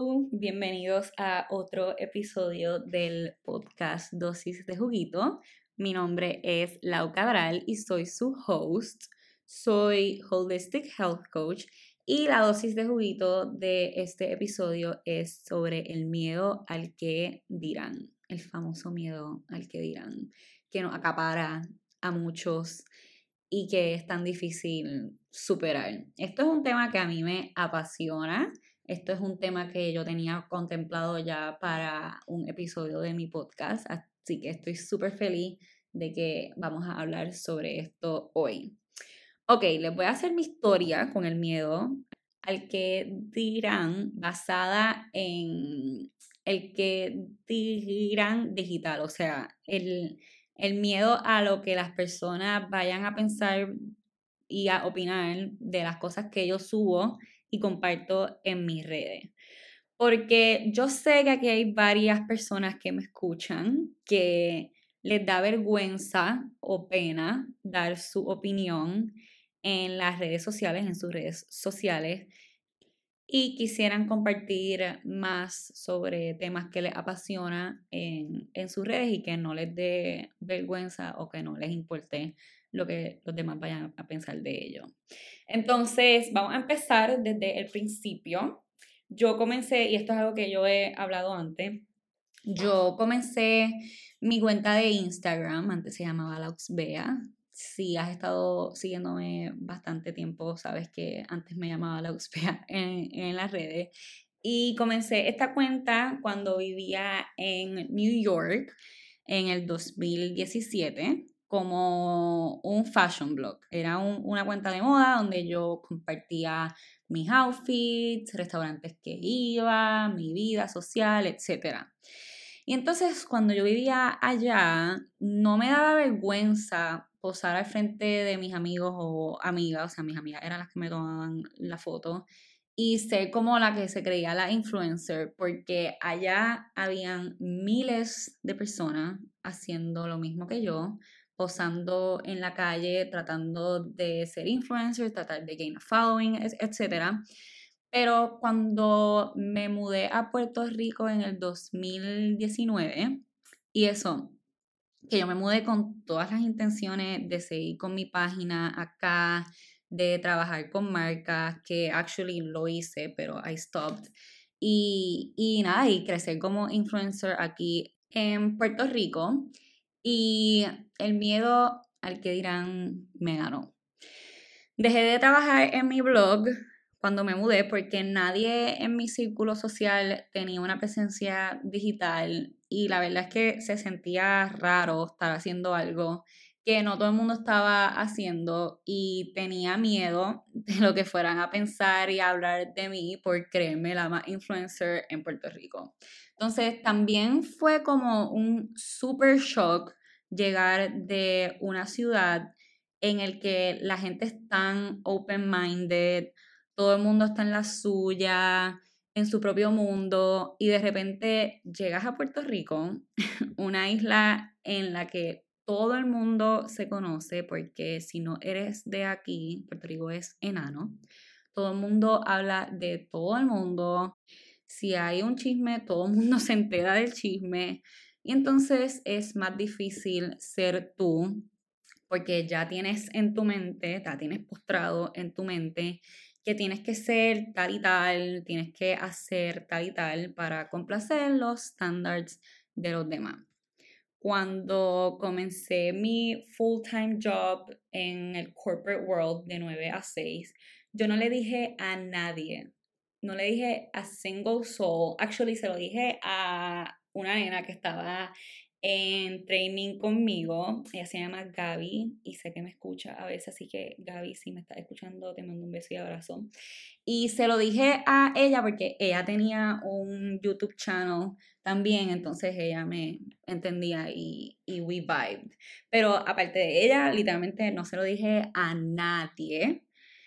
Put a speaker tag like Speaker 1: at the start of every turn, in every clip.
Speaker 1: Hello, bienvenidos a otro episodio del podcast Dosis de Juguito. Mi nombre es Lau Cabral y soy su host. Soy Holistic Health Coach y la dosis de juguito de este episodio es sobre el miedo al que dirán, el famoso miedo al que dirán, que nos acapara a muchos y que es tan difícil superar. Esto es un tema que a mí me apasiona. Esto es un tema que yo tenía contemplado ya para un episodio de mi podcast, así que estoy súper feliz de que vamos a hablar sobre esto hoy. Ok, les voy a hacer mi historia con el miedo al que dirán, basada en el que dirán digital, o sea, el miedo a lo que las personas vayan a pensar y a opinar de las cosas que yo subo y comparto en mis redes. Porque yo sé que aquí hay varias personas que me escuchan que les da vergüenza o pena dar su opinión en las redes sociales, en sus redes sociales, y quisieran compartir más sobre temas que les apasiona en sus redes y que no les dé vergüenza o que no les importe lo que los demás vayan a pensar de ello. Entonces, vamos a empezar desde el principio. Yo comencé, y esto es algo que yo he hablado antes, yo comencé mi cuenta de Instagram, antes se llamaba Lauxbea. Si has estado siguiéndome bastante tiempo, sabes que antes me llamaba Lauxbea en las redes. Y comencé esta cuenta cuando vivía en New York en el 2017 como un fashion blog. Era una cuenta de moda donde yo compartía mis outfits, restaurantes que iba, mi vida social, etc. Y entonces cuando yo vivía allá, no me daba vergüenza posar al frente de mis amigos o amigas, o sea, mis amigas eran las que me tomaban la foto, y ser como la que se creía la influencer, porque allá habían miles de personas haciendo lo mismo que yo, posando en la calle, tratando de ser influencer, tratar de gain a following, etc. Pero cuando me mudé a Puerto Rico en el 2019, y eso, que yo me mudé con todas las intenciones de seguir con mi página acá, de trabajar con marcas, que actually lo hice, pero I stopped. Y nada, y crecer como influencer aquí en Puerto Rico. Y el miedo al que dirán me ganó. Dejé de trabajar en mi blog cuando me mudé porque nadie en mi círculo social tenía una presencia digital y la verdad es que se sentía raro estar haciendo algo que no todo el mundo estaba haciendo y tenía miedo de lo que fueran a pensar y a hablar de mí por creerme la más influencer en Puerto Rico. Entonces también fue como un super shock llegar de una ciudad en el que la gente es tan open-minded, todo el mundo está en la suya, en su propio mundo, y de repente llegas a Puerto Rico, una isla en la que todo el mundo se conoce, porque si no eres de aquí, Puerto Rico es enano, todo el mundo habla de todo el mundo, si hay un chisme, todo el mundo se entera del chisme, y entonces es más difícil ser tú porque ya tienes en tu mente, ya tienes postrado en tu mente que tienes que ser tal y tal, tienes que hacer tal y tal para complacer los estándares de los demás. Cuando comencé mi full-time job en el corporate world de 9 a 6, yo no le dije a nadie, no le dije a single soul, actually se lo dije a una nena que estaba en training conmigo, ella se llama Gaby y sé que me escucha a veces, así que Gaby, si me estás escuchando, te mando un beso y abrazo. Y se lo dije a ella porque ella tenía un YouTube channel también, entonces ella me entendía y we vibed. Pero aparte de ella, literalmente no se lo dije a nadie.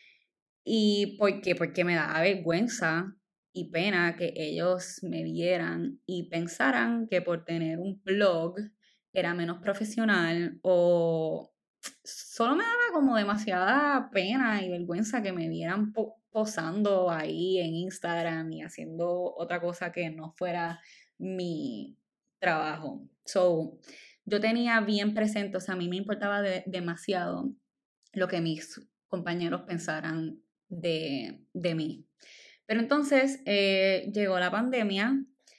Speaker 1: ¿Y por qué? Porque me daba vergüenza y pena que ellos me vieran y pensaran que por tener un blog era menos profesional o solo me daba como demasiada pena y vergüenza que me vieran posando ahí en Instagram y haciendo otra cosa que no fuera mi trabajo. So, yo tenía bien presente, o sea, a mí me importaba demasiado lo que mis compañeros pensaran de mí. Pero entonces llegó la pandemia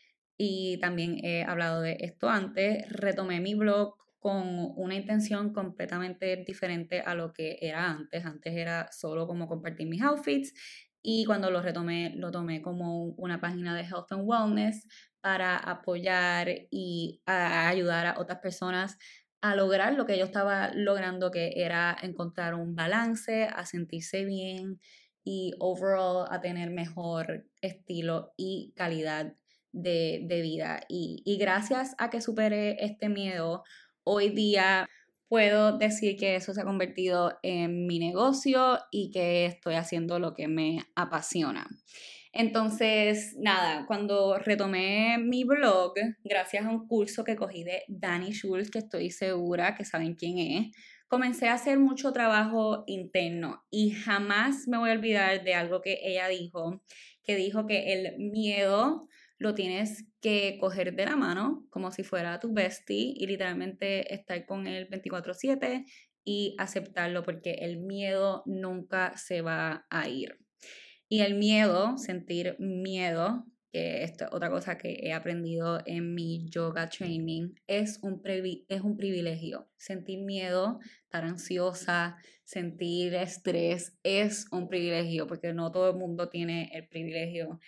Speaker 1: y también he hablado de esto antes, retomé mi blog con una intención completamente diferente a lo que era antes. Antes era solo como compartir mis outfits y cuando lo retomé, lo tomé como una página de health and wellness para apoyar y a ayudar a otras personas a lograr lo que yo estaba logrando, que era encontrar un balance, a sentirse bien y overall a tener mejor estilo y calidad de vida. Y gracias a que superé este miedo, hoy día puedo decir que eso se ha convertido en mi negocio y que estoy haciendo lo que me apasiona. Entonces, nada, cuando retomé mi blog, gracias a un curso que cogí de Dani Schultz, que estoy segura que saben quién es, comencé a hacer mucho trabajo interno y jamás me voy a olvidar de algo que ella dijo, que dijo que el miedo lo tienes que coger de la mano como si fuera tu bestie y literalmente estar con él 24/7 y aceptarlo porque el miedo nunca se va a ir. Y el miedo, sentir miedo, que esto es otra cosa que he aprendido en mi yoga training, es un privilegio. Sentir miedo, estar ansiosa, sentir estrés es un privilegio porque no todo el mundo tiene el privilegio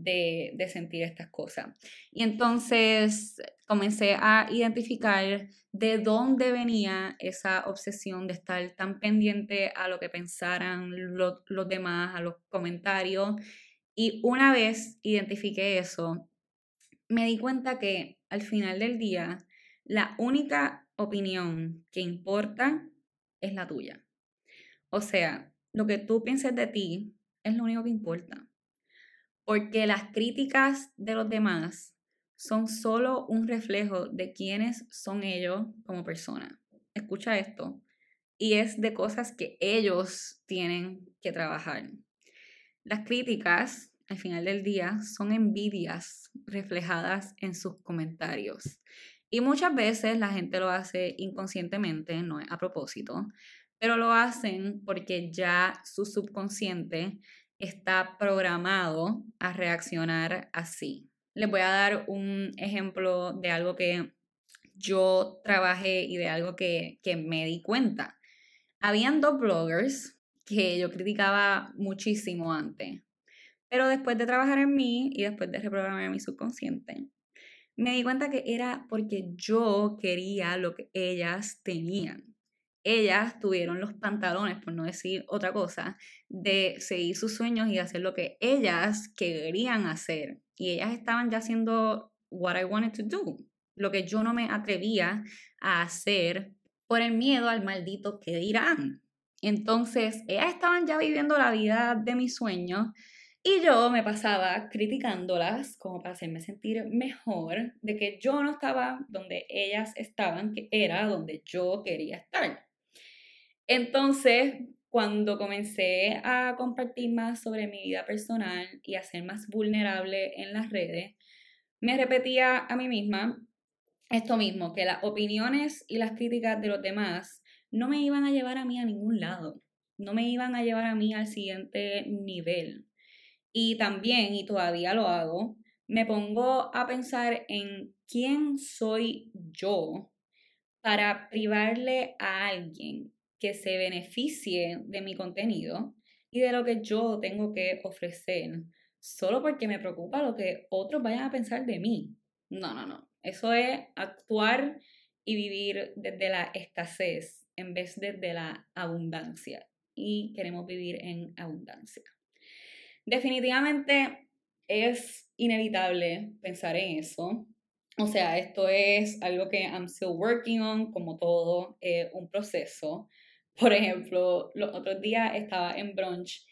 Speaker 1: de sentir estas cosas. Y entonces comencé a identificar de dónde venía esa obsesión de estar tan pendiente a lo que pensaran los demás, a los comentarios. Y una vez identifiqué eso, me di cuenta que al final del día, la única opinión que importa es la tuya. O sea, lo que tú pienses de ti es lo único que importa. Porque las críticas de los demás son solo un reflejo de quiénes son ellos como personas. Escucha esto. Y es de cosas que ellos tienen que trabajar. Las críticas, al final del día, son envidias reflejadas en sus comentarios. Y muchas veces la gente lo hace inconscientemente, no es a propósito, pero lo hacen porque ya su subconsciente está programado a reaccionar así. Les voy a dar un ejemplo de algo que yo trabajé y de algo que me di cuenta. Habían dos bloggers que yo criticaba muchísimo antes, pero después de trabajar en mí y después de reprogramar mi subconsciente, me di cuenta que era porque yo quería lo que ellas tenían. Ellas tuvieron los pantalones, por no decir otra cosa, de seguir sus sueños y hacer lo que ellas querían hacer. Y ellas estaban ya haciendo what I wanted to do, lo que yo no me atrevía a hacer por el miedo al maldito que dirán. Entonces, ellas estaban ya viviendo la vida de mis sueños y yo me pasaba criticándolas como para hacerme sentir mejor de que yo no estaba donde ellas estaban, que era donde yo quería estar. Entonces, cuando comencé a compartir más sobre mi vida personal y a ser más vulnerable en las redes, me repetía a mí misma esto mismo, que las opiniones y las críticas de los demás no me iban a llevar a mí a ningún lado, no me iban a llevar a mí al siguiente nivel. Y también, y todavía lo hago, me pongo a pensar en quién soy yo para privarle a alguien que se beneficie de mi contenido y de lo que yo tengo que ofrecer, solo porque me preocupa lo que otros vayan a pensar de mí. No, no, no. Eso es actuar y vivir desde la escasez en vez de desde la abundancia. Y queremos vivir en abundancia. Definitivamente es inevitable pensar en eso. O sea, esto es algo que I'm still working on, como todo, un proceso. Por ejemplo, los otros días estaba en brunch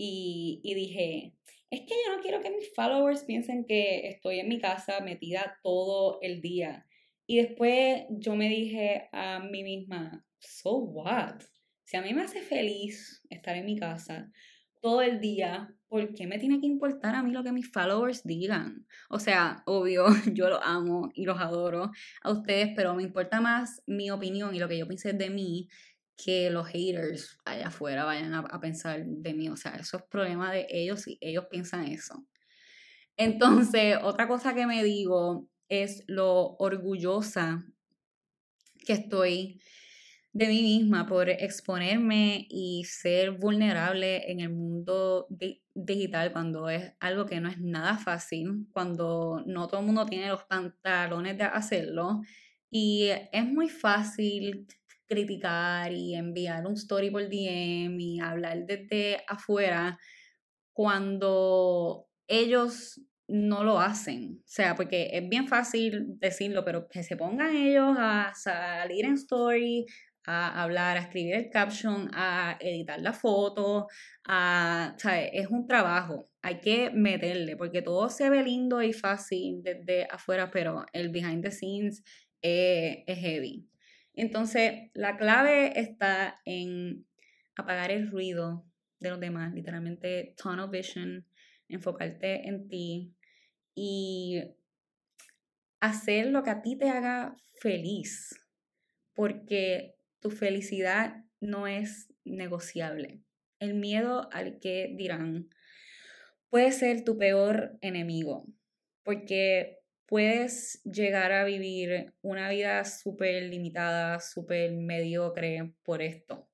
Speaker 1: y dije, es que yo no quiero que mis followers piensen que estoy en mi casa metida todo el día. Y después yo me dije a mí misma, so what? Si a mí me hace feliz estar en mi casa todo el día, ¿por qué me tiene que importar a mí lo que mis followers digan? O sea, obvio, yo los amo y los adoro a ustedes, pero me importa más mi opinión y lo que yo piense de mí que los haters allá afuera vayan a pensar de mí. O sea, eso es problema de ellos si ellos piensan eso. Entonces, otra cosa que me digo es lo orgullosa que estoy de mí misma por exponerme y ser vulnerable en el mundo digital cuando es algo que no es nada fácil, cuando no todo el mundo tiene los pantalones de hacerlo y es muy fácil criticar y enviar un story por DM y hablar desde afuera cuando ellos no lo hacen. O sea, porque es bien fácil decirlo, pero que se pongan ellos a salir en story, a hablar, a escribir el caption, a editar la foto, ¿sabes? Es un trabajo. Hay que meterle, porque todo se ve lindo y fácil desde afuera, pero el behind the scenes es heavy. Entonces, la clave está en apagar el ruido de los demás, literalmente tunnel vision, enfocarte en ti y hacer lo que a ti te haga feliz, porque tu felicidad no es negociable. El miedo al que dirán puede ser tu peor enemigo, porque puedes llegar a vivir una vida súper limitada, súper mediocre por esto.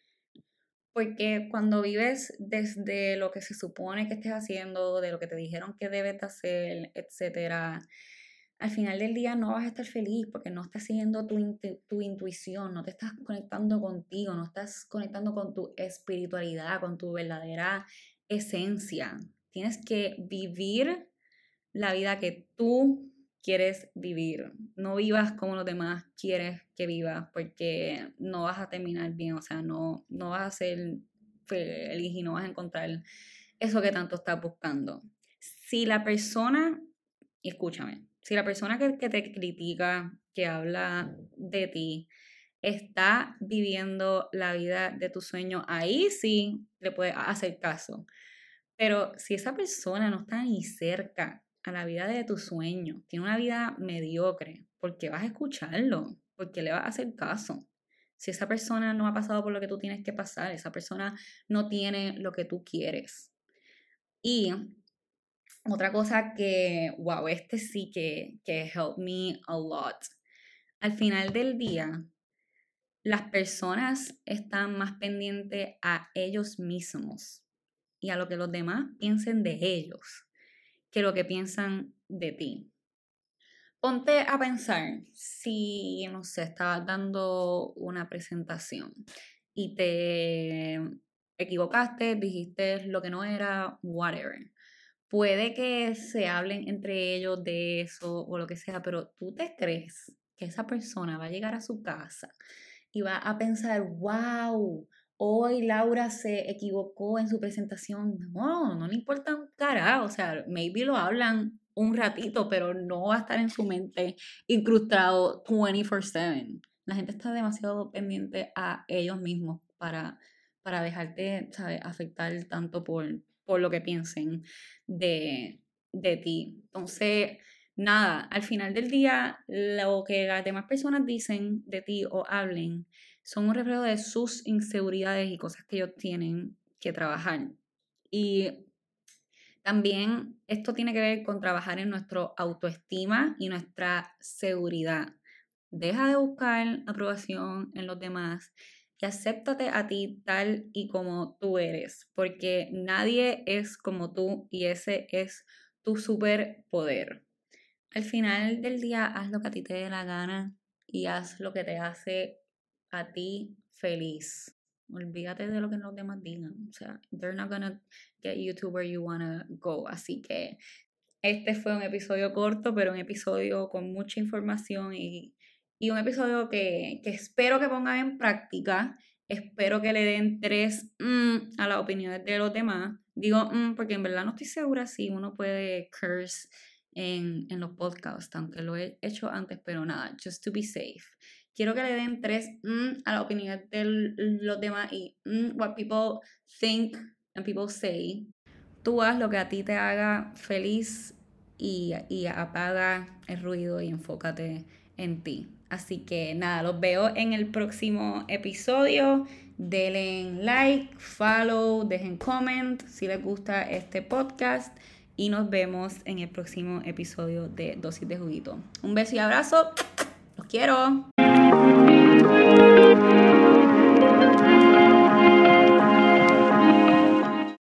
Speaker 1: Porque cuando vives desde lo que se supone que estés haciendo, de lo que te dijeron que debes de hacer, etcétera, al final del día no vas a estar feliz porque no estás siguiendo tu intuición, no te estás conectando contigo, no estás conectando con tu espiritualidad, con tu verdadera esencia. Tienes que vivir la vida que tú quieres vivir. No vivas como los demás quieres que vivas porque no vas a terminar bien, o sea, no vas a ser feliz y no vas a encontrar eso que tanto estás buscando. Si la persona, escúchame, si la persona que te critica, que habla de ti, está viviendo la vida de tu sueño, ahí sí le puedes hacer caso. Pero si esa persona no está ni cerca a la vida de tu sueño, tiene una vida mediocre, ¿por qué vas a escucharlo? ¿Por qué le vas a hacer caso? Si esa persona no ha pasado por lo que tú tienes que pasar, esa persona no tiene lo que tú quieres. Y otra cosa que, wow, este sí que helped me a lot. Al final del día, las personas están más pendientes a ellos mismos y a lo que los demás piensen de ellos que lo que piensan de ti. Ponte a pensar si, no sé, estabas dando una presentación y te equivocaste, dijiste lo que no era, whatever. Puede que se hablen entre ellos de eso o lo que sea, pero tú te crees que esa persona va a llegar a su casa y va a pensar, wow, hoy Laura se equivocó en su presentación. No le importa un carajo, o sea, maybe lo hablan un ratito, pero no va a estar en su mente incrustado 24/7. La gente está demasiado pendiente a ellos mismos para dejarte, ¿sabes?, afectar tanto por lo que piensen de ti. Entonces, nada, al final del día, lo que las demás personas dicen de ti o hablen son un reflejo de sus inseguridades y cosas que ellos tienen que trabajar. Y también esto tiene que ver con trabajar en nuestra autoestima y nuestra seguridad. Deja de buscar aprobación en los demás y acéptate a ti tal y como tú eres, porque nadie es como tú y ese es tu superpoder. Al final del día, haz lo que a ti te dé la gana y haz lo que te hace a ti feliz. Olvídate de lo que los demás digan. O sea, they're not gonna get you to where you wanna go. Así que este fue un episodio corto, pero un episodio con mucha información y un episodio que espero que pongan en práctica. Espero que le den 3 a las opiniones de los demás. Digo porque en verdad no estoy segura si uno puede curse en los podcasts, aunque lo he hecho antes, pero nada, just to be safe. Quiero que le den 3 a las opiniones de los demás y what people think and people say, tú haz lo que a ti te haga feliz y apaga el ruido y enfócate en ti. Así que nada, los veo en el próximo episodio. Denle like, follow, dejen comment si les gusta este podcast y nos vemos en el próximo episodio de Dosis de Juguito. Un beso y abrazo. Los quiero.